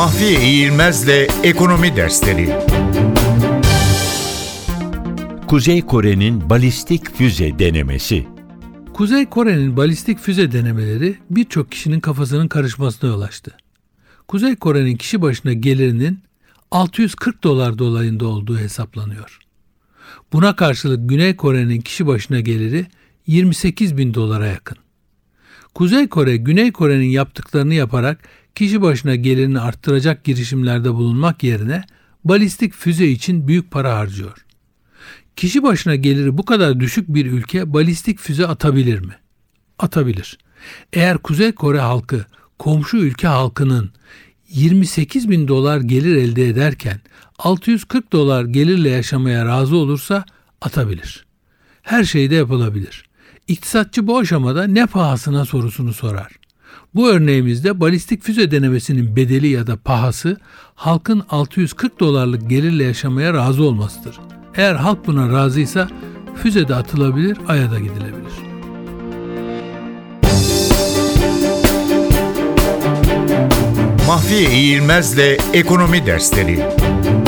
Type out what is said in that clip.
Mahfiye İğilmez'le Ekonomi Dersleri. Kuzey Kore'nin balistik füze denemesi. Kuzey Kore'nin balistik füze denemeleri birçok kişinin kafasının karışmasına yol açtı. Kuzey Kore'nin kişi başına gelirinin 640 dolar dolayında olduğu hesaplanıyor. Buna karşılık Güney Kore'nin kişi başına geliri 28 bin dolara yakın. Kuzey Kore, Güney Kore'nin yaptıklarını yaparak kişi başına gelirini arttıracak girişimlerde bulunmak yerine balistik füze için büyük para harcıyor. Kişi başına geliri bu kadar düşük bir ülke balistik füze atabilir mi? Atabilir. Eğer Kuzey Kore halkı komşu ülke halkının 28 bin dolar gelir elde ederken 640 dolar gelirle yaşamaya razı olursa atabilir. Her şey de yapılabilir. İktisatçı bu aşamada ne pahasına sorusunu sorar. Bu örneğimizde balistik füze denemesinin bedeli ya da pahası halkın 640 dolarlık gelirle yaşamaya razı olmasıdır. Eğer halk buna razıysa füze de atılabilir, Ay'a da gidilebilir. Mahfiye İğilmez'le Ekonomi Dersleri.